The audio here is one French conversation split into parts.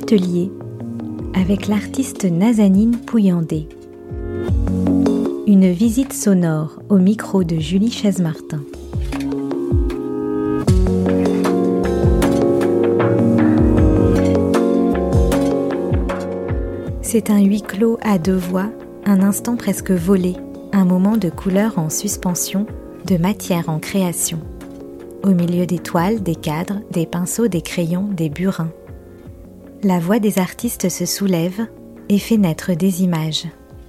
Atelier avec l'artiste Nazanin Pouyanday. Une visite sonore au micro de Julie Chaise-Martin. C'est un huis clos à deux voix, un instant presque volé, un moment de couleur en suspension, de matière en création. Au milieu des toiles, des cadres, des pinceaux, des crayons, des burins. La voix des artistes se soulève et fait naître des images.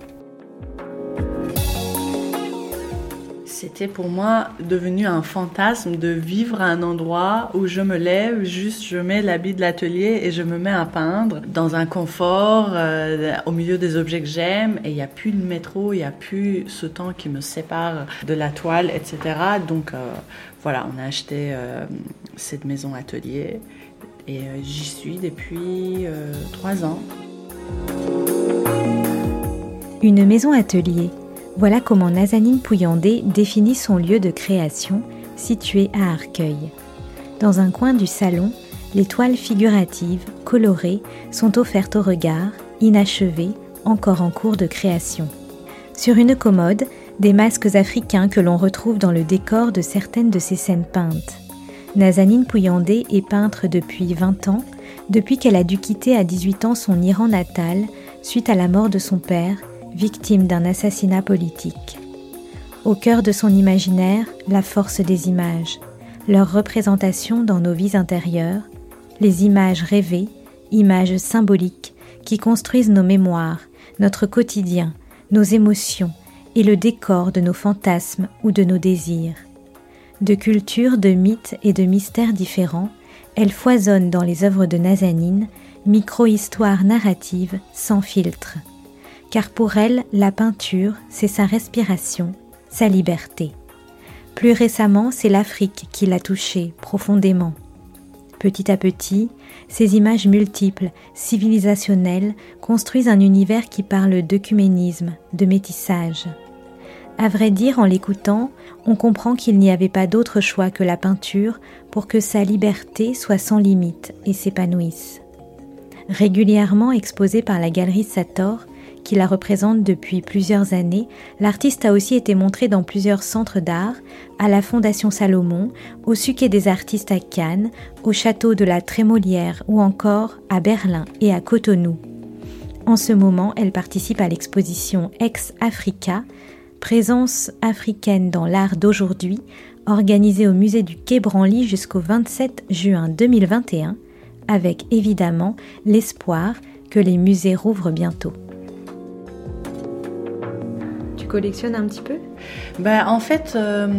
C'était pour moi devenu un fantasme de vivre à un endroit où je me lève, juste je mets l'habit de l'atelier et je me mets à peindre dans un confort, au milieu des objets que j'aime, et il n'y a plus le métro, il n'y a plus ce temps qui me sépare de la toile, etc. Donc voilà, on a acheté cette maison atelier et j'y suis depuis 3 ans. Une maison atelier. Voilà comment Nazanin Pouyanday définit son lieu de création, situé à Arcueil. Dans un coin du salon, les toiles figuratives, colorées, sont offertes au regard, inachevées, encore en cours de création. Sur une commode, des masques africains que l'on retrouve dans le décor de certaines de ses scènes peintes. Nazanin Pouyanday est peintre depuis 20 ans, depuis qu'elle a dû quitter à 18 ans son Iran natal, suite à la mort de son père, victime d'un assassinat politique. Au cœur de son imaginaire, la force des images, leur représentation dans nos vies intérieures, les images rêvées, images symboliques qui construisent nos mémoires, notre quotidien, nos émotions et le décor de nos fantasmes ou de nos désirs. De cultures, de mythes et de mystères différents, elle foisonne dans les œuvres de Nazanin, micro-histoire narrative sans filtre. Car pour elle, la peinture, c'est sa respiration, sa liberté. Plus récemment, c'est l'Afrique qui l'a touchée profondément. Petit à petit, ces images multiples, civilisationnelles, construisent un univers qui parle d'œcuménisme, de métissage. À vrai dire, en l'écoutant, on comprend qu'il n'y avait pas d'autre choix que la peinture pour que sa liberté soit sans limite et s'épanouisse. Régulièrement exposée par la galerie Sator, qui la représente depuis plusieurs années, l'artiste a aussi été montrée dans plusieurs centres d'art, à la Fondation Salomon, au Suquet des artistes à Cannes, au château de la Trémolière ou encore à Berlin et à Cotonou. En ce moment, elle participe à l'exposition Ex-Africa, présence africaine dans l'art d'aujourd'hui, organisée au musée du Quai Branly jusqu'au 27 juin 2021, avec évidemment l'espoir que les musées rouvrent bientôt. Collectionne un petit peu ? En fait,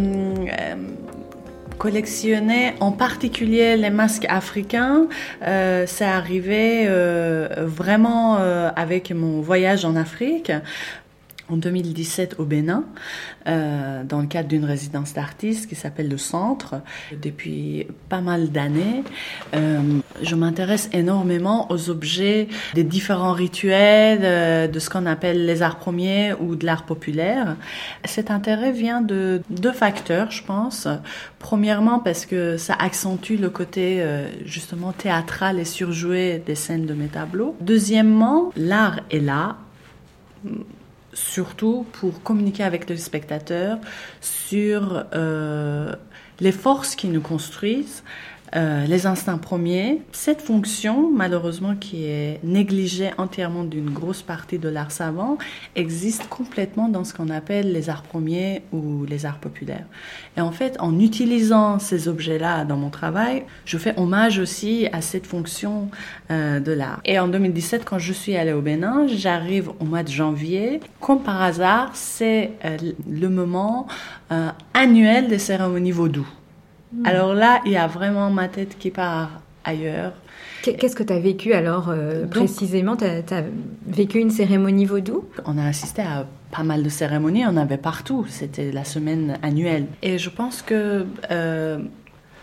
collectionner en particulier les masques africains, c'est arrivé vraiment avec mon voyage en Afrique. En 2017 au Bénin, dans le cadre d'une résidence d'artistes qui s'appelle le Centre. Depuis pas mal d'années, je m'intéresse énormément aux objets des différents rituels, de ce qu'on appelle les arts premiers ou de l'art populaire. Cet intérêt vient de 2 facteurs, je pense. Premièrement, parce que ça accentue le côté justement théâtral et surjoué des scènes de mes tableaux. Deuxièmement, l'art est là, surtout pour communiquer avec le spectateur sur les forces qui nous construisent, les instincts premiers. Cette fonction, malheureusement, qui est négligée entièrement d'une grosse partie de l'art savant, existe complètement dans ce qu'on appelle les arts premiers ou les arts populaires. Et en fait, en utilisant ces objets-là dans mon travail, je fais hommage aussi à cette fonction de l'art. Et en 2017, quand je suis allée au Bénin, j'arrive au mois de janvier. Comme par hasard, c'est le moment annuel des cérémonies vaudou. Alors là, il y a vraiment ma tête qui part ailleurs. Qu'est-ce que tu as vécu alors précisément ? Tu as vécu une cérémonie vaudou ? On a assisté à pas mal de cérémonies, on avait partout. C'était la semaine annuelle. Et je pense que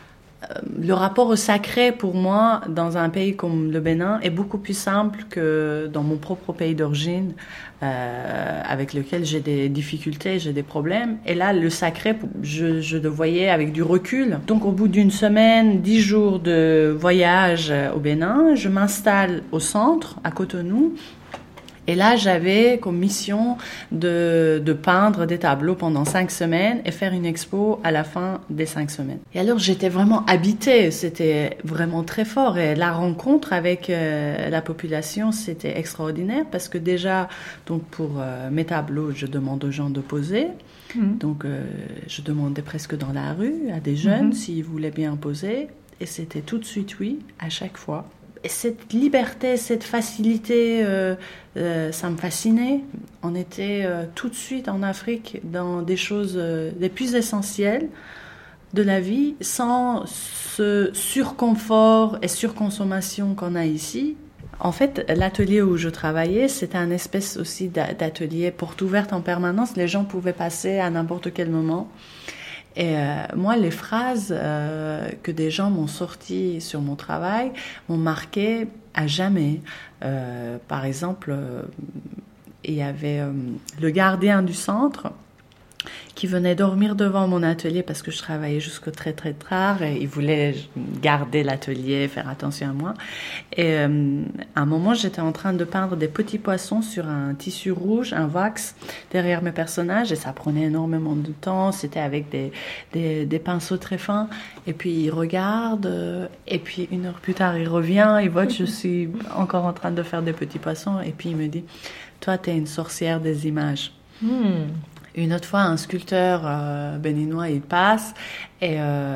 le rapport au sacré, pour moi, dans un pays comme le Bénin, est beaucoup plus simple que dans mon propre pays d'origine, avec lequel j'ai des difficultés, j'ai des problèmes. Et là, le sacré, je le voyais avec du recul. Donc, au bout d'une semaine, 10 jours de voyage au Bénin, je m'installe au centre, à Cotonou. Et là, j'avais comme mission de peindre des tableaux pendant 5 semaines et faire une expo à la fin des 5 semaines. Et alors, j'étais vraiment habitée, c'était vraiment très fort. Et la rencontre avec la population, c'était extraordinaire parce que déjà, donc pour mes tableaux, je demande aux gens de poser. Donc, je demandais presque dans la rue à des jeunes s'ils voulaient bien poser. Et c'était tout de suite oui, à chaque fois. Et cette liberté, cette facilité, ça me fascinait. On était tout de suite en Afrique dans des choses les plus essentielles de la vie, sans ce surconfort et surconsommation qu'on a ici. En fait, l'atelier où je travaillais, c'était un espèce aussi d'atelier porte ouverte en permanence. Les gens pouvaient passer à n'importe quel moment. Et moi, les phrases que des gens m'ont sorties sur mon travail m'ont marqué à jamais. Par exemple, il y avait le gardien du centre qui venait dormir devant mon atelier parce que je travaillais jusqu'au très très tard et il voulait garder l'atelier, faire attention à moi. Et à un moment, j'étais en train de peindre des petits poissons sur un tissu rouge, un wax, derrière mes personnages et ça prenait énormément de temps. C'était avec des pinceaux très fins. Et puis il regarde et puis 1 heure plus tard, il revient, il voit que je suis encore en train de faire des petits poissons et puis il me dit « Toi, t'es une sorcière des images. » Une autre fois, un sculpteur béninois, il passe et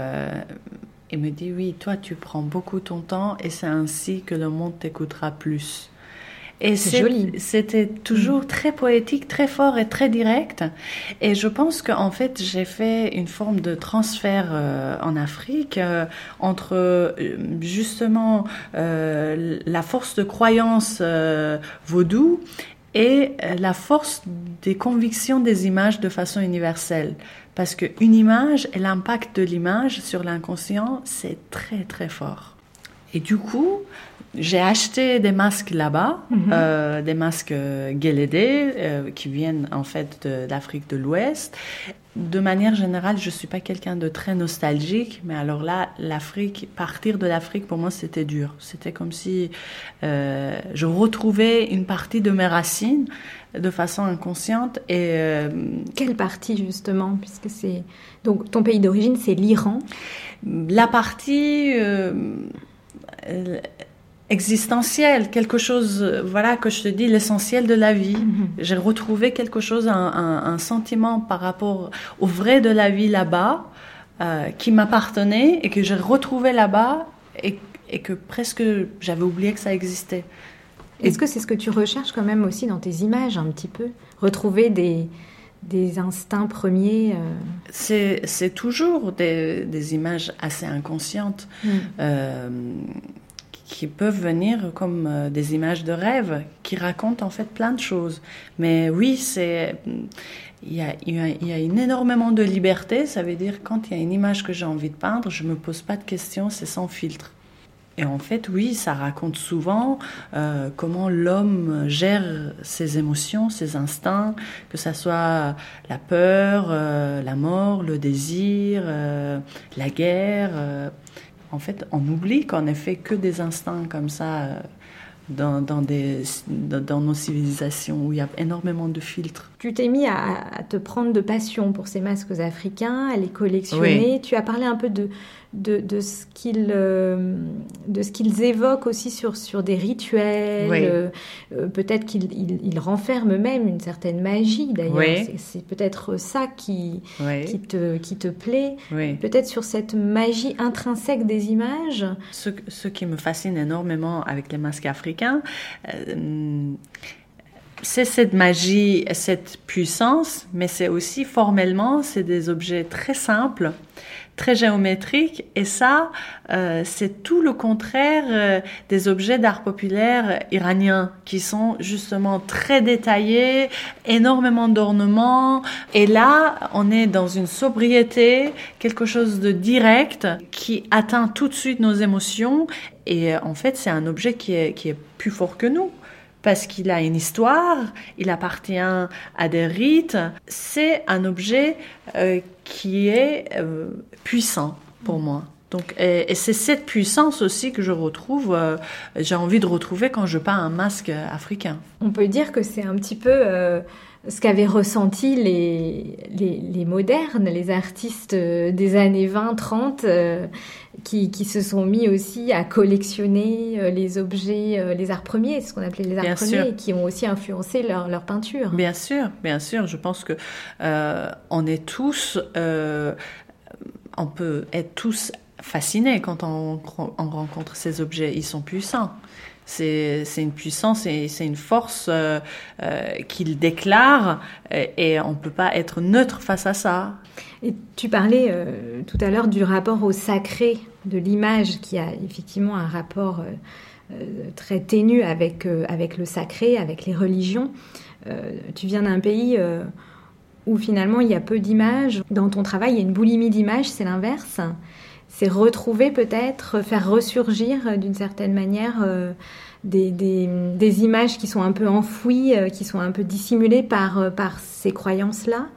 il me dit « Oui, toi, tu prends beaucoup ton temps et c'est ainsi que le monde t'écoutera plus. » Et c'est joli. C'était toujours très poétique, très fort et très direct. Et je pense qu'en fait, j'ai fait une forme de transfert en Afrique entre justement la force de croyance vaudou et la force des convictions des images de façon universelle. Parce qu'une image et l'impact de l'image sur l'inconscient, c'est très très fort. Et du coup, j'ai acheté des masques là-bas, des masques Guélédé, qui viennent en fait d'Afrique de l'Ouest. De manière générale, je suis pas quelqu'un de très nostalgique, mais alors là, partir de l'Afrique, pour moi, c'était dur. C'était comme si je retrouvais une partie de mes racines de façon inconsciente. Et quelle partie justement, puisque c'est donc ton pays d'origine, c'est l'Iran. La partie existentielle, quelque chose, voilà, que je te dis, l'essentiel de la vie. J'ai retrouvé quelque chose, un sentiment par rapport au vrai de la vie là-bas, qui m'appartenait et que j'ai retrouvé là-bas et que presque j'avais oublié que ça existait. Est-ce que c'est ce que tu recherches quand même aussi dans tes images, un petit peu? Retrouver des instincts premiers C'est toujours des images assez inconscientes. Qui peuvent venir comme des images de rêve, qui racontent en fait plein de choses. Mais oui, il y a énormément de liberté, ça veut dire quand il y a une image que j'ai envie de peindre, je me pose pas de questions, c'est sans filtre. Et en fait, oui, ça raconte souvent comment l'homme gère ses émotions, ses instincts, que ça soit la peur, la mort, le désir, la guerre. En fait, on oublie qu'on n'a fait que des instincts comme ça dans nos civilisations où il y a énormément de filtres. Tu t'es mis à te prendre de passion pour ces masques africains, à les collectionner. Oui. Tu as parlé un peu de ce qu'ils évoquent aussi sur des rituels. Oui. Peut-être qu'ils renferment même une certaine magie, d'ailleurs. Oui. C'est peut-être ça qui te plaît. Oui. Peut-être sur cette magie intrinsèque des images. Ce qui me fascine énormément avec les masques africains, c'est cette magie, cette puissance, mais c'est aussi formellement, c'est des objets très simples, très géométriques, et ça, c'est tout le contraire des objets d'art populaire iranien, qui sont justement très détaillés, énormément d'ornements, et là, on est dans une sobriété, quelque chose de direct, qui atteint tout de suite nos émotions, et en fait, c'est un objet qui est plus fort que nous. Parce qu'il a une histoire, il appartient à des rites. C'est un objet qui est puissant pour moi. Donc, et c'est cette puissance aussi que je retrouve, j'ai envie de retrouver quand je peins un masque africain. On peut dire que c'est un petit peu ce qu'avaient ressenti les modernes, les artistes des années 20-30, qui se sont mis aussi à collectionner les objets, les arts premiers, ce qu'on appelait les arts premiers, et qui ont aussi influencé leur peinture. Bien sûr. Je pense que on est tous, on peut être tous fascinés quand on rencontre ces objets. Ils sont puissants. C'est une puissance et c'est une force qu'il déclare et on ne peut pas être neutre face à ça. Et tu parlais tout à l'heure du rapport au sacré de l'image qui a effectivement un rapport très ténu avec le sacré, avec les religions. Tu viens d'un pays où finalement il y a peu d'images. Dans ton travail, il y a une boulimie d'images, c'est l'inverse. C'est retrouver peut-être, faire ressurgir d'une certaine manière des images qui sont un peu enfouies, qui sont un peu dissimulées par ces croyances-là.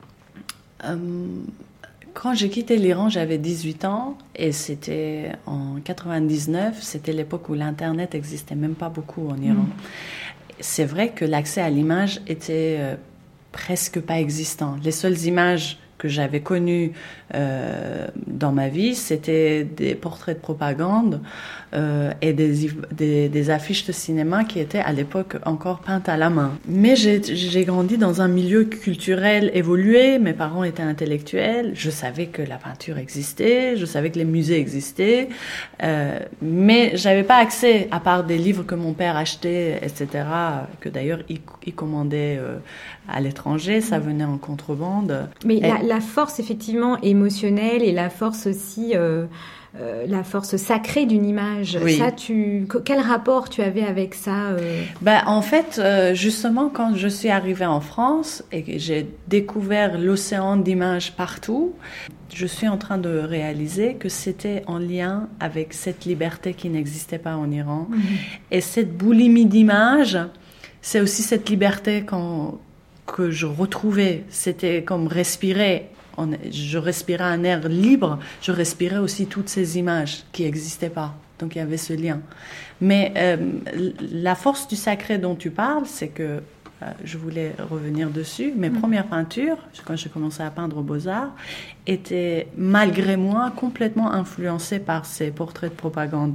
Quand j'ai quitté l'Iran, j'avais 18 ans et c'était en 99, c'était l'époque où l'Internet n'existait même pas beaucoup en Iran. C'est vrai que l'accès à l'image était presque pas existant. Les seules images que j'avais connues dans ma vie, c'était des portraits de propagande et des affiches de cinéma qui étaient à l'époque encore peintes à la main. Mais j'ai grandi dans un milieu culturel évolué, mes parents étaient intellectuels, je savais que la peinture existait, je savais que les musées existaient, mais j'avais pas accès, à part des livres que mon père achetait, etc., que d'ailleurs il commandait à l'étranger, ça venait en contrebande. Mais la force effectivement émotionnelle et la force aussi, la force sacrée d'une image, oui. Ça, quel rapport tu avais avec ça En fait, justement, quand je suis arrivée en France et que j'ai découvert l'océan d'images partout, je suis en train de réaliser que c'était en lien avec cette liberté qui n'existait pas en Iran. Et cette boulimie d'images, c'est aussi cette liberté que je retrouvais. C'était comme respirer. Je respirais un air libre, je respirais aussi toutes ces images qui n'existaient pas. Donc il y avait ce lien. Mais la force du sacré dont tu parles, c'est que, je voulais revenir dessus, mes premières peintures, quand j'ai commencé à peindre aux Beaux-Arts, étaient malgré moi complètement influencées par ces portraits de propagande.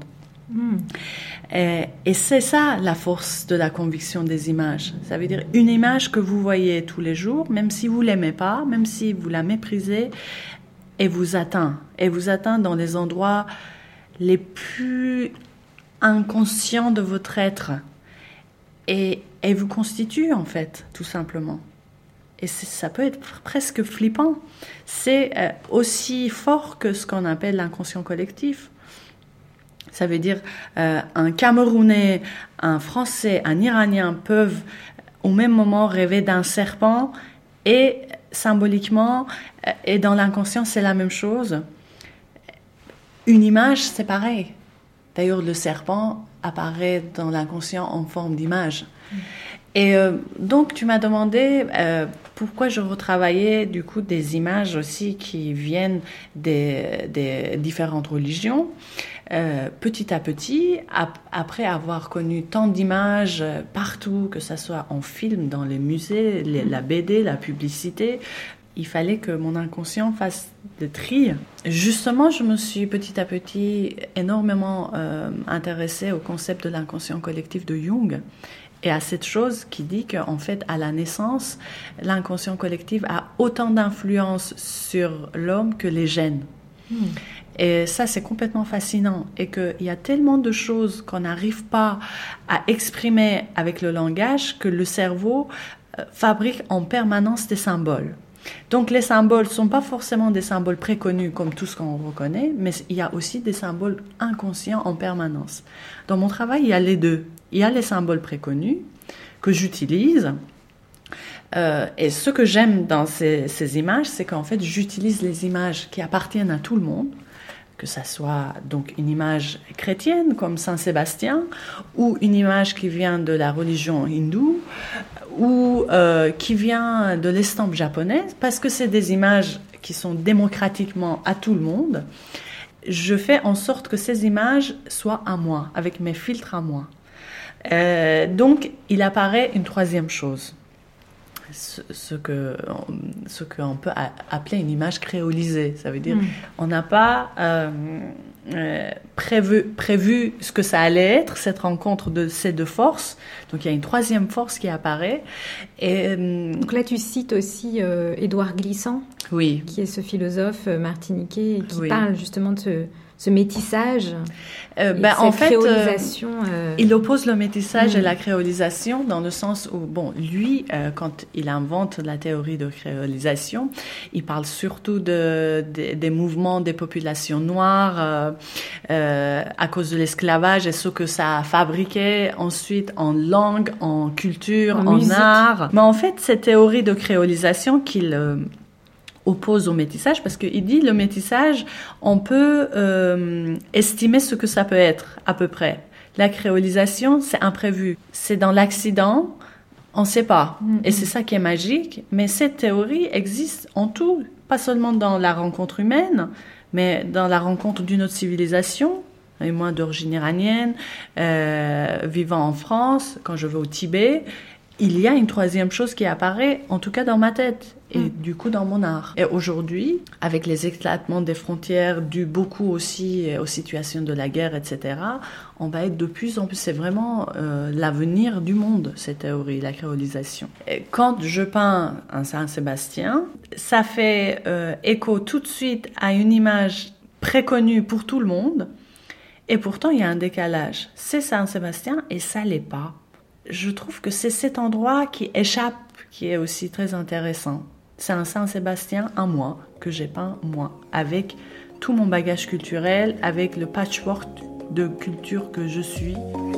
Et c'est ça la force de la conviction des images. Ça veut dire une image que vous voyez tous les jours, même si vous l'aimez pas, même si vous la méprisez, et vous atteint dans les endroits les plus inconscients de votre être, et vous constitue en fait, tout simplement. Et ça peut être presque flippant. C'est aussi fort que ce qu'on appelle l'inconscient collectif. Ça veut dire un Camerounais, un Français, un Iranien peuvent au même moment rêver d'un serpent et symboliquement et dans l'inconscient c'est la même chose. Une image c'est pareil. D'ailleurs le serpent apparaît dans l'inconscient en forme d'image. Et donc tu m'as demandé pourquoi je retravaillais du coup des images aussi qui viennent des différentes religions. Petit à petit, après avoir connu tant d'images partout, que ça soit en film, dans les musées, la BD, la publicité, il fallait que mon inconscient fasse le tri. Justement, je me suis petit à petit énormément intéressée au concept de l'inconscient collectif de Jung et à cette chose qui dit qu'en fait, à la naissance, l'inconscient collectif a autant d'influence sur l'homme que les gènes. Et ça, c'est complètement fascinant. Et qu'il y a tellement de choses qu'on n'arrive pas à exprimer avec le langage que le cerveau fabrique en permanence des symboles. Donc les symboles ne sont pas forcément des symboles préconnus comme tout ce qu'on reconnaît, mais il y a aussi des symboles inconscients en permanence. Dans mon travail, il y a les deux. Il y a les symboles préconnus que j'utilise. Et ce que j'aime dans ces images, c'est qu'en fait, j'utilise les images qui appartiennent à tout le monde, que ça soit donc une image chrétienne comme Saint Sébastien, ou une image qui vient de la religion hindoue, ou qui vient de l'estampe japonaise, parce que c'est des images qui sont démocratiquement à tout le monde. Je fais en sorte que ces images soient à moi, avec mes filtres à moi. Donc, il apparaît une troisième chose. Ce qu'on peut appeler une image créolisée. Ça veut dire on n'a pas prévu ce que ça allait être, cette rencontre de ces deux forces. Donc il y a une troisième force qui apparaît. Et, donc là, tu cites aussi Édouard Glissant, oui, qui est ce philosophe martiniquais qui parle justement de ce métissage, en fait, créolisation. Il oppose le métissage et la créolisation dans le sens où, lui, quand il invente la théorie de créolisation, il parle surtout des mouvements des populations noires à cause de l'esclavage et ce que ça a fabriqué ensuite en langue, en culture, en art. Mais en fait, cette théorie de créolisation qu'il oppose au métissage, parce qu'il dit le métissage, on peut estimer ce que ça peut être, à peu près. La créolisation, c'est imprévu. C'est dans l'accident, on ne sait pas. Et c'est ça qui est magique. Mais cette théorie existe en tout, pas seulement dans la rencontre humaine, mais dans la rencontre d'une autre civilisation. Et moi, d'origine iranienne, vivant en France, quand je vais au Tibet, il y a une troisième chose qui apparaît, en tout cas dans ma tête, et du coup dans mon art. Et aujourd'hui, avec les éclatements des frontières, dû beaucoup aussi aux situations de la guerre, etc., on va être de plus en plus, c'est vraiment l'avenir du monde, cette théorie, la créolisation. Et quand je peins un Saint-Sébastien, ça fait écho tout de suite à une image préconnue pour tout le monde, et pourtant il y a un décalage. C'est Saint-Sébastien et ça l'est pas. Je trouve que c'est cet endroit qui échappe, qui est aussi très intéressant. C'est un Saint-Sébastien à moi, que j'ai peint moi, avec tout mon bagage culturel, avec le patchwork de culture que je suis.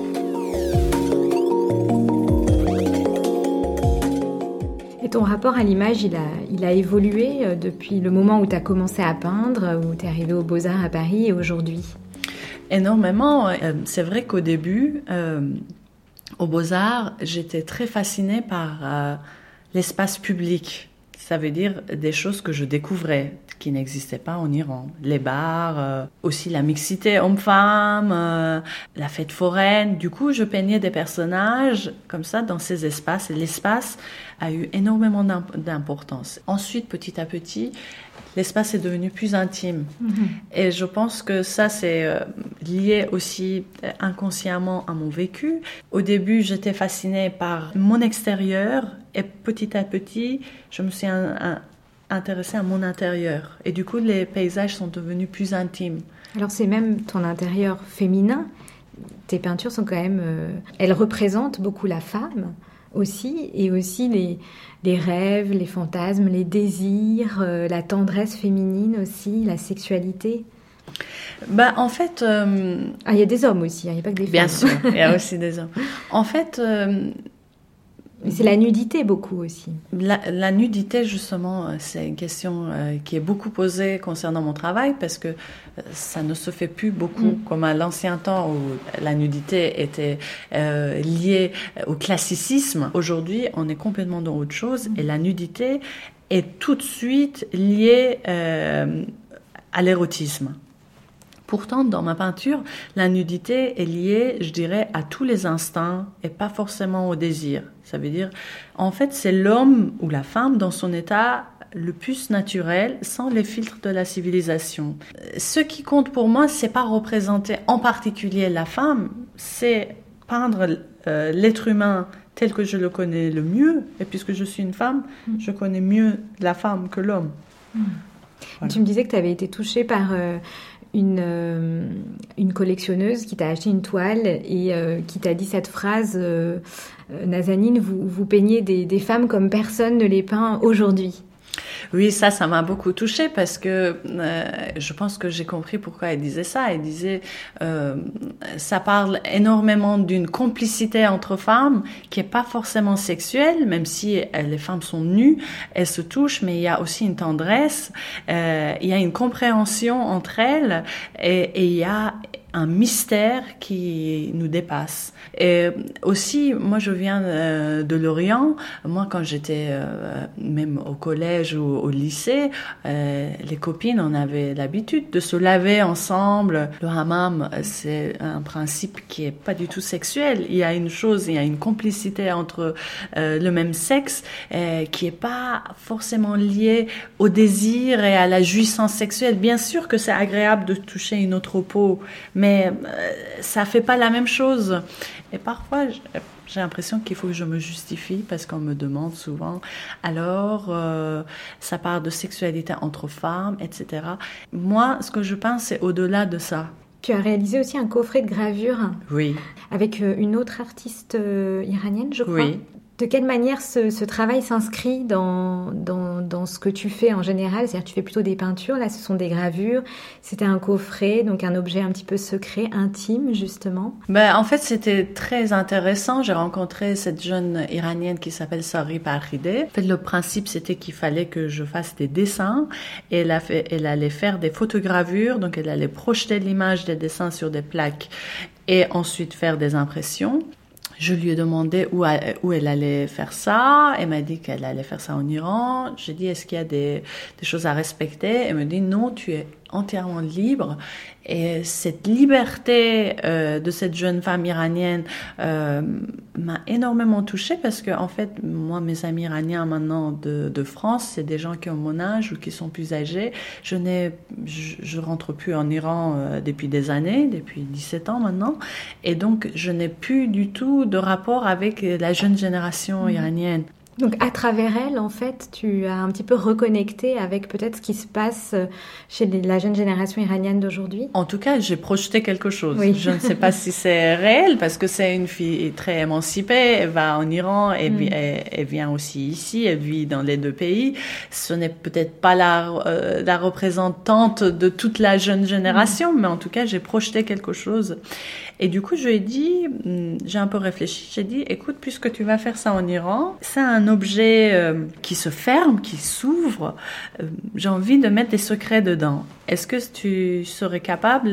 Et ton rapport à l'image, il a évolué depuis le moment où tu as commencé à peindre, où tu es arrivé aux Beaux-Arts à Paris et aujourd'hui? Énormément. C'est vrai qu'au début... Aux Beaux-Arts, j'étais très fascinée par l'espace public. Ça veut dire des choses que je découvrais, qui n'existaient pas en Iran. Les bars, aussi la mixité homme-femme, la fête foraine. Du coup, je peignais des personnages comme ça dans ces espaces. Et l'espace a eu énormément d'importance. Ensuite, petit à petit, l'espace est devenu plus intime. Et je pense que ça, c'est lié aussi inconsciemment à mon vécu. Au début, j'étais fascinée par mon extérieur et petit à petit, je me suis intéressée à mon intérieur. Et du coup, les paysages sont devenus plus intimes. Alors, c'est même ton intérieur féminin. Tes peintures sont quand même... elles représentent beaucoup la femme aussi, et aussi les rêves, les fantasmes, les désirs, la tendresse féminine aussi, la sexualité. En fait... il y a des hommes aussi, il n'y a pas que des femmes. Bien sûr, il y a aussi des hommes. En fait... Mais c'est la nudité beaucoup aussi. La nudité, justement, c'est une question qui est beaucoup posée concernant mon travail parce que ça ne se fait plus beaucoup comme à l'ancien temps où la nudité était liée au classicisme. Aujourd'hui, on est complètement dans autre chose et la nudité est tout de suite liée à l'érotisme. Pourtant, dans ma peinture, la nudité est liée, je dirais, à tous les instincts et pas forcément au désir. Ça veut dire, en fait, c'est l'homme ou la femme dans son état le plus naturel, sans les filtres de la civilisation. Ce qui compte pour moi, c'est pas représenter en particulier la femme, c'est peindre l'être humain tel que je le connais le mieux. Et puisque je suis une femme, je connais mieux la femme que l'homme. Voilà. Tu me disais que tu avais été touchée par une collectionneuse qui t'a acheté une toile et qui t'a dit cette phrase Nazanin, vous peignez des femmes comme personne ne les peint aujourd'hui. Oui, ça m'a beaucoup touchée parce que je pense que j'ai compris pourquoi elle disait ça. Elle disait, ça parle énormément d'une complicité entre femmes qui est pas forcément sexuelle, même si les femmes sont nues, elles se touchent, mais il y a aussi une tendresse, il y a une compréhension entre elles et il y a un mystère qui nous dépasse. Et aussi, moi, je viens de l'Orient. Moi, quand j'étais même au collège ou au lycée, les copines, on avait l'habitude de se laver ensemble. Le hammam, c'est un principe qui est pas du tout sexuel. Il y a une complicité entre le même sexe qui est pas forcément liée au désir et à la jouissance sexuelle. Bien sûr que c'est agréable de toucher une autre peau, mais ça fait pas la même chose. Et parfois, j'ai l'impression qu'il faut que je me justifie parce qu'on me demande souvent, alors, ça parle de sexualité entre femmes, etc. Moi, ce que je pense, c'est au-delà de ça. Tu as réalisé aussi un coffret de gravure. Oui. Avec une autre artiste iranienne, je crois. Oui. De quelle manière ce travail s'inscrit dans ce que tu fais en général? C'est-à-dire, tu fais plutôt des peintures, là, ce sont des gravures. C'était un coffret, donc un objet un petit peu secret, intime, justement. En fait, c'était très intéressant. J'ai rencontré cette jeune iranienne qui s'appelle Sari Parhideh. En fait, le principe, c'était qu'il fallait que je fasse des dessins. Et elle allait faire des photogravures, donc elle allait projeter l'image des dessins sur des plaques et ensuite faire des impressions. Je lui ai demandé où elle allait faire ça. Elle m'a dit qu'elle allait faire ça en Iran. J'ai dit, est-ce qu'il y a des choses à respecter? Elle me dit, non, tu es entièrement libre. Et cette liberté de cette jeune femme iranienne m'a énormément touchée parce que, en fait, moi, mes amis iraniens maintenant de France, c'est des gens qui ont mon âge ou qui sont plus âgés. Je rentre plus en Iran depuis des années, depuis 17 ans maintenant. Et donc, je n'ai plus du tout de rapport avec la jeune génération iranienne. Donc, à travers elle, en fait, tu as un petit peu reconnecté avec peut-être ce qui se passe chez la jeune génération iranienne d'aujourd'hui. En tout cas, j'ai projeté quelque chose. Oui. Je ne sais pas si c'est réel, parce que c'est une fille très émancipée. Elle va en Iran, elle vient aussi ici, elle vit dans les deux pays. Ce n'est peut-être pas la représentante de toute la jeune génération, mais en tout cas, j'ai projeté quelque chose. Et du coup, je lui ai dit, j'ai un peu réfléchi, j'ai dit, écoute, puisque tu vas faire ça en Iran, c'est un objet qui se ferme, qui s'ouvre, j'ai envie de mettre des secrets dedans. Est-ce que tu serais capable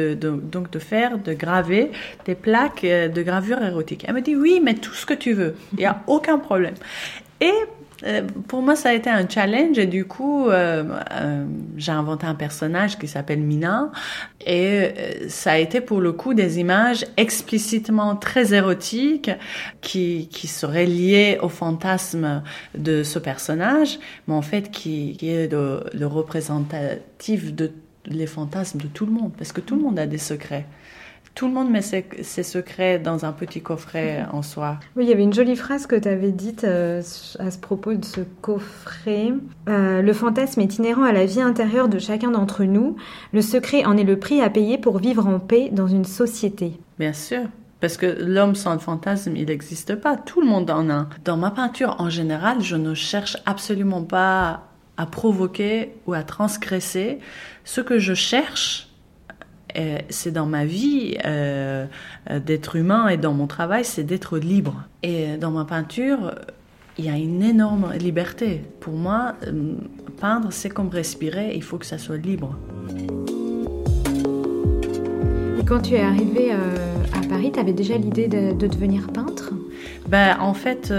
de graver des plaques de gravure érotique? Elle me dit, oui, mais tout ce que tu veux, il n'y a aucun problème. Et pour moi, ça a été un challenge et du coup, j'ai inventé un personnage qui s'appelle Mina et ça a été pour le coup des images explicitement très érotiques qui seraient liées au fantasme de ce personnage, mais en fait qui est le représentatif de les fantasmes de tout le monde, parce que tout le monde a des secrets. Tout le monde met ses secrets dans un petit coffret en soi. Oui, il y avait une jolie phrase que tu avais dite à ce propos de ce coffret. Le fantasme est inhérent à la vie intérieure de chacun d'entre nous. Le secret en est le prix à payer pour vivre en paix dans une société. Bien sûr. Parce que l'homme sans le fantasme, il n'existe pas. Tout le monde en a. Dans ma peinture, en général, je ne cherche absolument pas à provoquer ou à transgresser. Ce que je cherche, c'est dans ma vie d'être humain et dans mon travail, c'est d'être libre. Et dans ma peinture, il y a une énorme liberté. Pour moi, peindre, c'est comme respirer, il faut que ça soit libre. Et quand tu es arrivée à Paris, tu avais déjà l'idée de devenir peintre? En fait...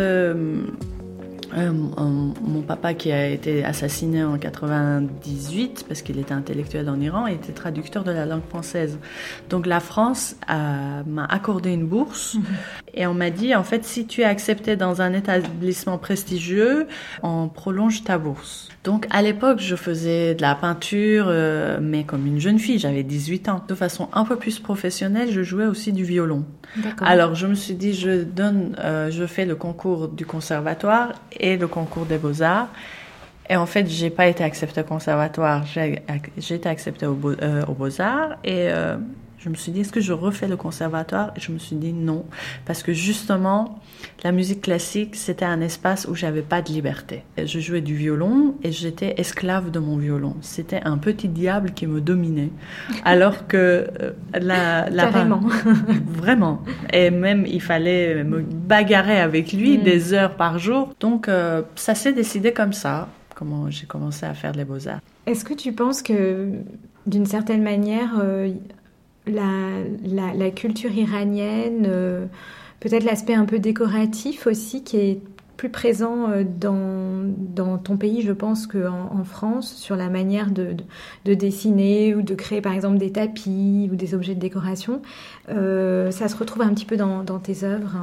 mon papa qui a été assassiné en 98 parce qu'il était intellectuel en Iran, il était traducteur de la langue française. Donc la France m'a accordé une bourse et on m'a dit en fait si tu es accepté dans un établissement prestigieux, on prolonge ta bourse. Donc à l'époque je faisais de la peinture mais comme une jeune fille, j'avais 18 ans. De façon un peu plus professionnelle, je jouais aussi du violon. D'accord. Alors je me suis dit je fais le concours du conservatoire et le concours des Beaux-Arts. Et en fait, j'ai pas été acceptée au conservatoire. J'ai été acceptée aux Beaux-Arts et je me suis dit, est-ce que je refais le conservatoire? Et je me suis dit non, parce que justement, la musique classique, c'était un espace où j'avais pas de liberté. Je jouais du violon et j'étais esclave de mon violon. C'était un petit diable qui me dominait, alors que Carrément. Vraiment. Et même, il fallait me bagarrer avec lui des heures par jour. Donc, ça s'est décidé comme ça, comment j'ai commencé à faire les Beaux-Arts. Est-ce que tu penses que, d'une certaine manière, la culture iranienne, peut-être l'aspect un peu décoratif aussi, qui est plus présent dans ton pays, je pense, qu'en France, sur la manière de dessiner ou de créer, par exemple, des tapis ou des objets de décoration, ça se retrouve un petit peu dans tes œuvres?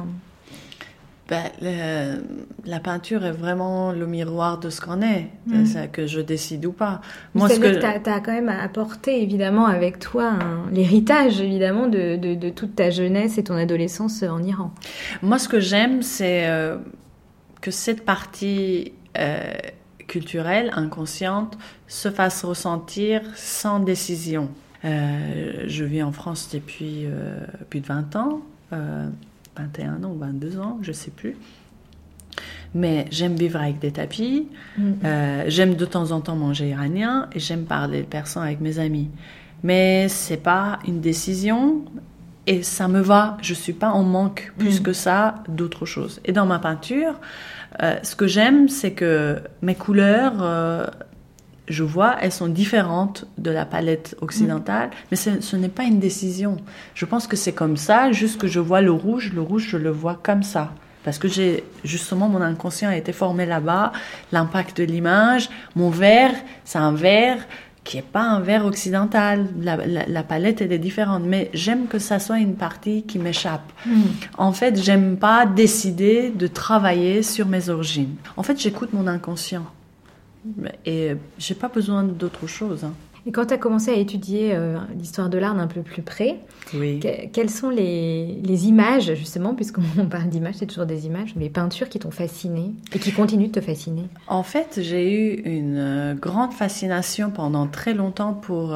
La peinture est vraiment le miroir de ce qu'on est, c'est que je décide ou pas. Moi, c'est-à-dire que tu as quand même apporté, évidemment, avec toi l'héritage, évidemment, de toute ta jeunesse et ton adolescence en Iran. Moi, ce que j'aime, c'est que cette partie culturelle, inconsciente, se fasse ressentir sans décision. Je vis en France depuis plus de 20 ans. 21 ans ou 22 ans, je ne sais plus. Mais j'aime vivre avec des tapis, j'aime de temps en temps manger iranien et j'aime parler persan avec mes amis. Mais ce n'est pas une décision et ça me va. Je ne suis pas en manque plus que ça d'autre chose. Et dans ma peinture, ce que j'aime, c'est que mes couleurs... je vois, elles sont différentes de la palette occidentale, mais ce n'est pas une décision. Je pense que c'est comme ça, juste que je vois le rouge, je le vois comme ça. Parce que justement, mon inconscient a été formé là-bas, l'impact de l'image. Mon vert, c'est un vert qui n'est pas un vert occidental. La palette, elle est différente, mais j'aime que ça soit une partie qui m'échappe. En fait, j'aime pas décider de travailler sur mes origines. En fait, j'écoute mon inconscient. Et j'ai pas besoin d'autre chose. Et quand tu as commencé à étudier l'histoire de l'art d'un peu plus près, quelles sont les images, justement, puisqu'on parle d'images, c'est toujours des images, les peintures qui t'ont fascinée et qui continuent de te fasciner? En fait, j'ai eu une grande fascination pendant très longtemps pour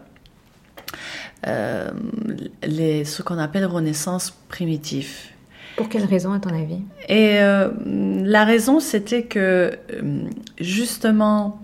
ce qu'on appelle Renaissance primitive. Pour quelle raison, à ton avis? Et la raison, c'était que, justement,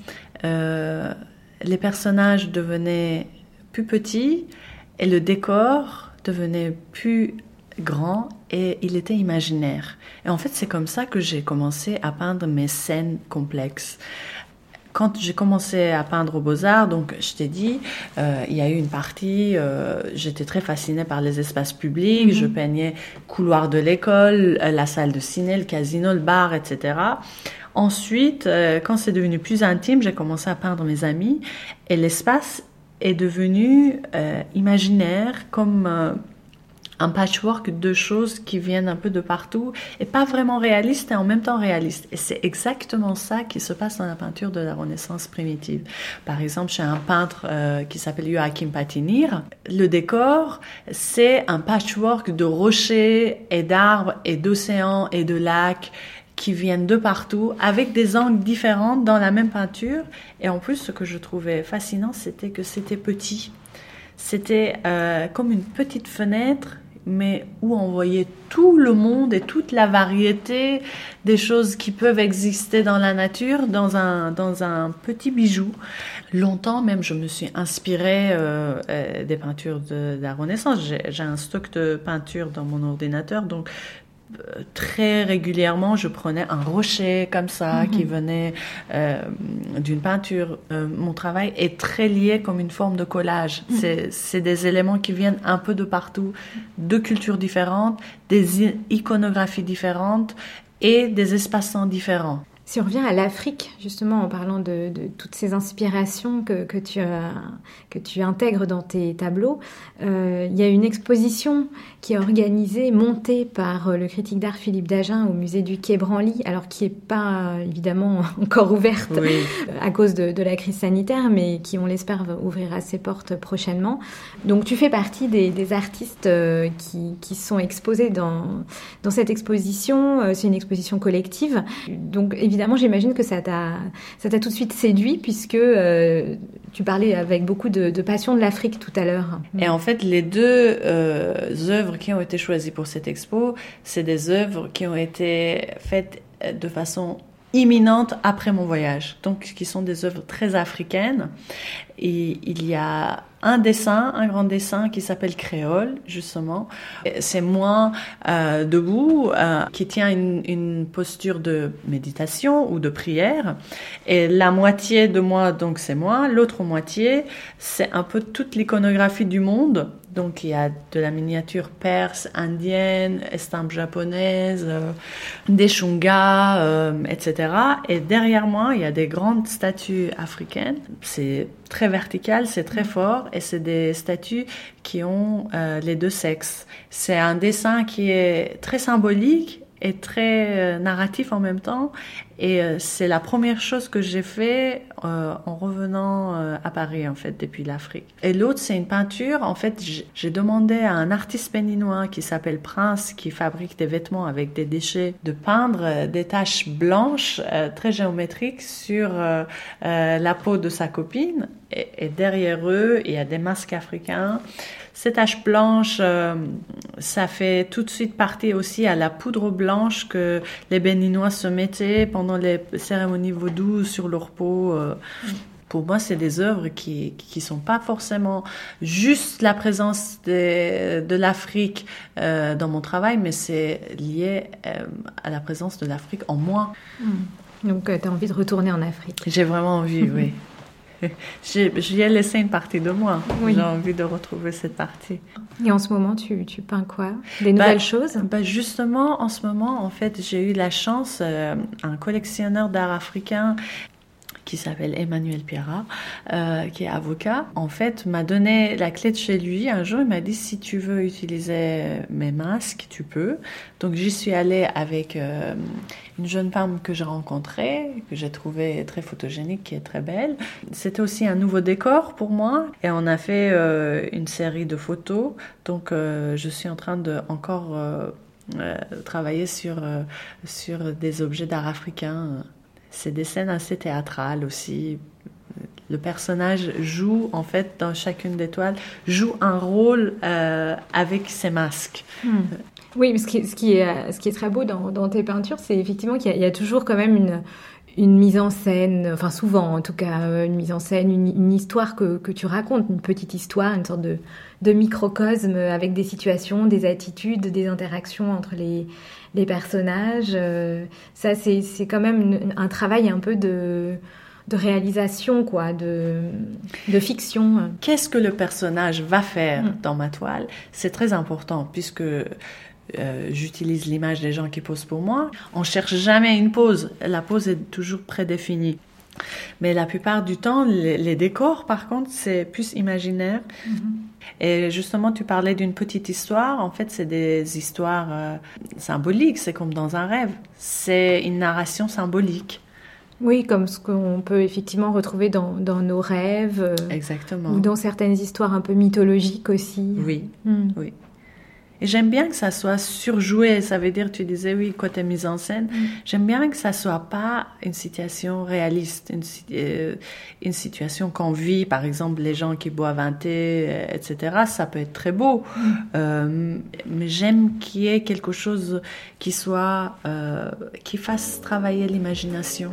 les personnages devenaient plus petits et le décor devenait plus grand et il était imaginaire. Et en fait, c'est comme ça que j'ai commencé à peindre mes scènes complexes. Quand j'ai commencé à peindre aux Beaux-Arts, donc je t'ai dit, il y a eu une partie, j'étais très fascinée par les espaces publics, je peignais le couloir de l'école, la salle de ciné, le casino, le bar, etc. Ensuite, quand c'est devenu plus intime, j'ai commencé à peindre mes amis et l'espace est devenu imaginaire, comme... un patchwork de choses qui viennent un peu de partout et pas vraiment réaliste et en même temps réaliste. Et c'est exactement ça qui se passe dans la peinture de la Renaissance primitive. Par exemple, chez un peintre qui s'appelle Joachim Patinir, le décor, c'est un patchwork de rochers et d'arbres et d'océans et de lacs qui viennent de partout, avec des angles différents dans la même peinture. Et en plus, ce que je trouvais fascinant, c'était que c'était petit. C'était comme une petite fenêtre, mais où on voyait tout le monde et toute la variété des choses qui peuvent exister dans la nature, dans un petit bijou. Longtemps même, je me suis inspirée des peintures de la Renaissance. J'ai un stock de peintures dans mon ordinateur, donc très régulièrement, je prenais un rocher comme ça qui venait d'une peinture. Mon travail est très lié comme une forme de collage. C'est des éléments qui viennent un peu de partout, de cultures différentes, des iconographies différentes et des espaces-temps différents. Si on revient à l'Afrique, justement, en parlant de toutes ces inspirations que tu intègres dans tes tableaux, il y a une exposition qui est organisée, montée par le critique d'art Philippe Dagen au musée du Quai Branly, alors qui n'est pas évidemment encore ouverte à cause de la crise sanitaire, mais qui, on l'espère, ouvrira ses portes prochainement. Donc tu fais partie des artistes qui sont exposés dans cette exposition. C'est une exposition collective. Donc évidemment, évidemment, j'imagine que ça t'a tout de suite séduit puisque tu parlais avec beaucoup de passion de l'Afrique tout à l'heure. Et en fait, les deux œuvres qui ont été choisies pour cette expo, c'est des œuvres qui ont été faites de façon imminente après mon voyage, donc qui sont des œuvres très africaines. Et il y a un grand dessin qui s'appelle Créole, justement. C'est moi debout, qui tient une posture de méditation ou de prière. Et la moitié de moi, donc c'est moi. L'autre moitié, c'est un peu toute l'iconographie du monde. Donc il y a de la miniature perse, indienne, estampes japonaises, des shungas, etc. Et derrière moi, il y a des grandes statues africaines. C'est très vertical, c'est très fort, et c'est des statues qui ont les deux sexes. C'est un dessin qui est très symbolique et très narratif en même temps, et c'est la première chose que j'ai fait en revenant à Paris, en fait, depuis l'Afrique. Et l'autre, c'est une peinture. En fait, j'ai demandé à un artiste béninois qui s'appelle Prince, qui fabrique des vêtements avec des déchets, de peindre des taches blanches très géométriques sur la peau de sa copine. Et derrière eux, il y a des masques africains. Ces taches blanches, ça fait tout de suite partie aussi à la poudre blanche que les Béninois se mettaient pendant les cérémonies vaudou sur leur peau. Pour moi, c'est des œuvres qui sont pas forcément juste la présence de l'Afrique dans mon travail, mais c'est lié à la présence de l'Afrique en moi. Donc, tu as envie de retourner en Afrique? J'ai vraiment envie, oui. J'y ai laissé une partie de moi. Oui. J'ai envie de retrouver cette partie. Et en ce moment, tu peins quoi? Des nouvelles choses? Justement, en ce moment, en fait, j'ai eu la chance, un collectionneur d'art africain qui s'appelle Emmanuel Pierrat, qui est avocat, en fait, m'a donné la clé de chez lui. Un jour, il m'a dit, si tu veux utiliser mes masques, tu peux. Donc, j'y suis allée avec une jeune femme que j'ai rencontrée, que j'ai trouvée très photogénique, qui est très belle. C'était aussi un nouveau décor pour moi. Et on a fait une série de photos. Donc, je suis en train de encore travailler sur des objets d'art africain. C'est des scènes assez théâtrales aussi. Le personnage joue, en fait, dans chacune des toiles, joue un rôle avec ses masques. Oui, mais ce qui est très beau dans tes peintures, c'est effectivement qu'il y a toujours quand même une mise en scène, enfin souvent en tout cas, une mise en scène, une histoire que tu racontes, une petite histoire, une sorte de microcosme avec des situations, des attitudes, des interactions entre les personnages. Ça, c'est quand même un travail un peu de réalisation, quoi, de fiction. Qu'est-ce que le personnage va faire dans ma toile? C'est très important, puisque j'utilise l'image des gens qui posent pour moi. On cherche jamais une pose. La pose est toujours prédéfinie. Mais la plupart du temps, les décors, par contre, c'est plus imaginaire. Et justement, tu parlais d'une petite histoire. En fait, c'est des histoires symboliques. C'est comme dans un rêve. C'est une narration symbolique. Oui, comme ce qu'on peut effectivement retrouver dans nos rêves. Exactement. Ou dans certaines histoires un peu mythologiques aussi. Oui, oui. Et j'aime bien que ça soit surjoué. Ça veut dire, tu disais, oui, côté mise en scène. J'aime bien que ça soit pas une situation réaliste, une situation qu'on vit. Par exemple, les gens qui boivent un thé, etc. Ça peut être très beau. Mais j'aime qu'il y ait quelque chose qui soit, qui fasse travailler l'imagination.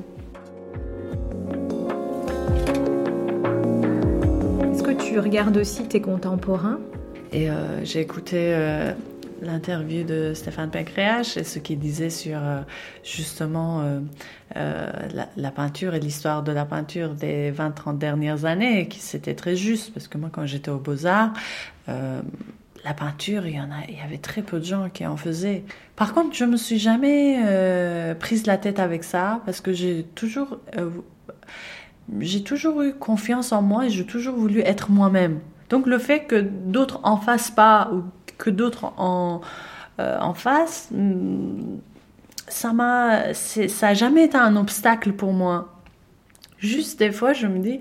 Est-ce que tu regardes aussi tes contemporains? Et j'ai écouté l'interview de Stéphane Pancréache et ce qu'il disait sur justement la peinture et l'histoire de la peinture des 20-30 dernières années, et qui c'était très juste, parce que moi, quand j'étais aux Beaux-Arts, la peinture, il y avait très peu de gens qui en faisaient. Par contre, je me suis jamais prise la tête avec ça, parce que j'ai toujours eu confiance en moi et j'ai toujours voulu être moi-même. Donc le fait que d'autres en fassent pas ou que d'autres en fassent, ça a jamais été un obstacle pour moi. Juste des fois, je me dis,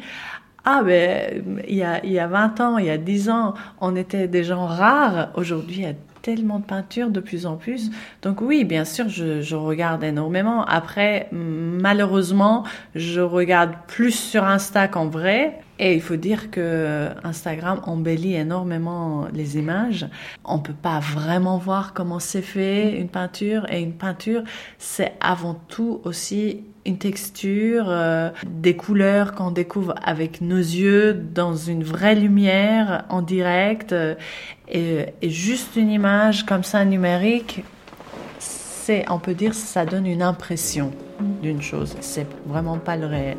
il y a 20 ans, il y a 10 ans, on était des gens rares. Aujourd'hui, il y a tellement de peintures de plus en plus. Donc oui, bien sûr, je regarde énormément. Après, malheureusement, je regarde plus sur Insta qu'en vrai. Et il faut dire que Instagram embellit énormément les images. On peut pas vraiment voir comment c'est fait une peinture. Et une peinture, c'est avant tout aussi une texture, des couleurs qu'on découvre avec nos yeux dans une vraie lumière en direct. Et juste une image comme ça numérique, on peut dire, ça donne une impression d'une chose. C'est vraiment pas le réel.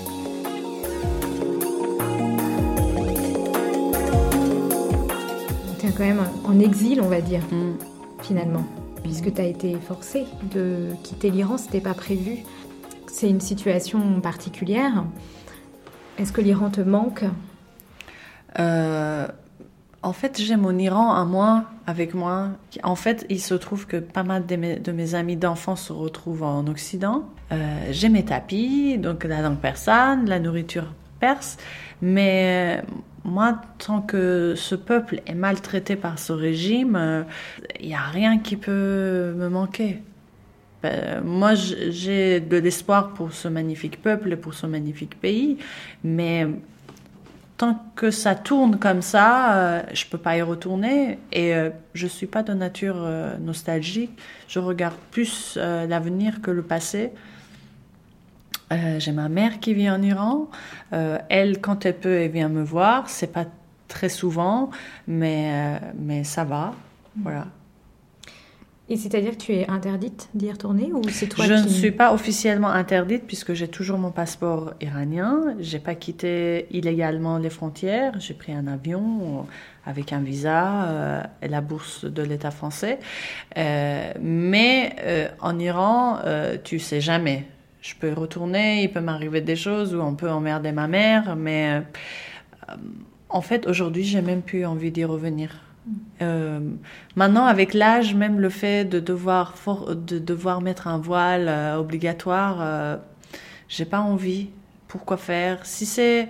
Tu es quand même en exil, on va dire, finalement, puisque tu as été forcée de quitter l'Iran, c'était pas prévu. C'est une situation particulière. Est-ce que l'Iran te manque ? En fait, j'ai mon Iran à moi, avec moi. En fait, il se trouve que pas mal de mes amis d'enfance se retrouvent en Occident. J'ai mes tapis, donc la langue persane, la nourriture perse. Mais moi, tant que ce peuple est maltraité par ce régime, il n'y a rien qui peut me manquer. Moi, j'ai de l'espoir pour ce magnifique peuple et pour ce magnifique pays, mais tant que ça tourne comme ça, je peux pas y retourner. Et je suis pas de nature nostalgique. Je regarde plus l'avenir que le passé. J'ai ma mère qui vit en Iran. Elle, quand elle peut, elle vient me voir. C'est pas très souvent, mais ça va. Voilà. Et c'est-à-dire que tu es interdite d'y retourner ou c'est toi Je ne suis pas officiellement interdite puisque j'ai toujours mon passeport iranien. J'ai pas quitté illégalement les frontières. J'ai pris un avion avec un visa et la bourse de l'État français. Mais en Iran, tu sais jamais. Je peux y retourner, il peut m'arriver des choses où on peut emmerder ma mère, mais en fait, aujourd'hui, j'ai même plus envie d'y revenir. Maintenant, avec l'âge, même le fait de devoir mettre un voile obligatoire, j'ai pas envie. Pourquoi faire? Si c'est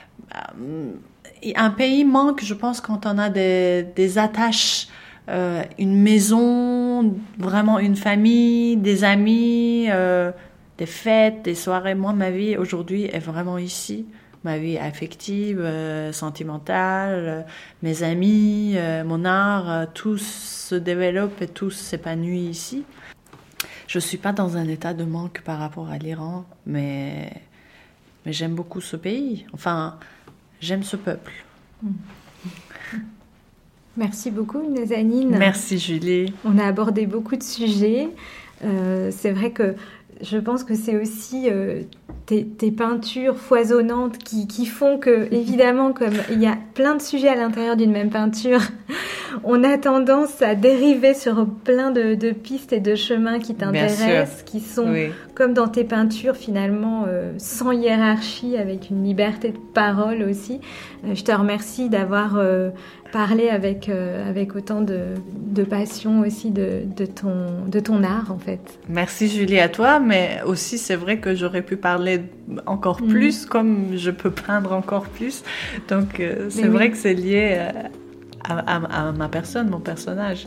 un pays manque, je pense, quand on a des attaches, une maison, vraiment une famille, des amis, des fêtes, des soirées. Moi, ma vie aujourd'hui est vraiment ici. Ma vie affective, sentimentale, mes amis, mon art, tout se développe et tout s'épanouit ici. Je ne suis pas dans un état de manque par rapport à l'Iran, mais j'aime beaucoup ce pays. Enfin, j'aime ce peuple. Merci beaucoup, Nazanin. Merci, Julie. On a abordé beaucoup de sujets. C'est vrai que je pense que c'est aussi tes peintures foisonnantes qui font que, évidemment, comme il y a plein de sujets à l'intérieur d'une même peinture, on a tendance à dériver sur plein de pistes et de chemins qui t'intéressent, qui sont, comme dans tes peintures, finalement, sans hiérarchie, avec une liberté de parole aussi. Je te remercie d'avoir parlé avec autant de passion aussi de ton art, en fait. Merci, Julie, à toi, mais aussi, c'est vrai que j'aurais pu parler encore plus, comme je peux peindre encore plus. Donc, c'est vrai que c'est lié à ma personne, mon personnage.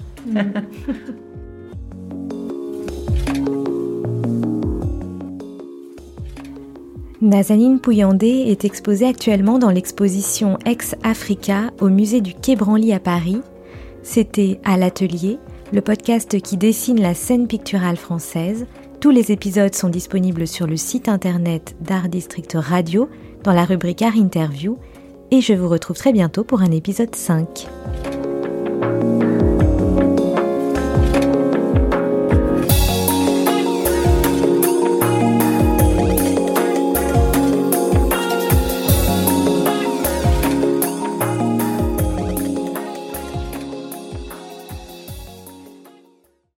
Nazanin Pouyandé est exposée actuellement dans l'exposition Ex-Africa au musée du Quai Branly à Paris. C'était À l'Atelier, le podcast qui dessine la scène picturale française. Tous les épisodes sont disponibles sur le site internet d'Art District Radio dans la rubrique Art Interview et je vous retrouve très bientôt pour un épisode 5.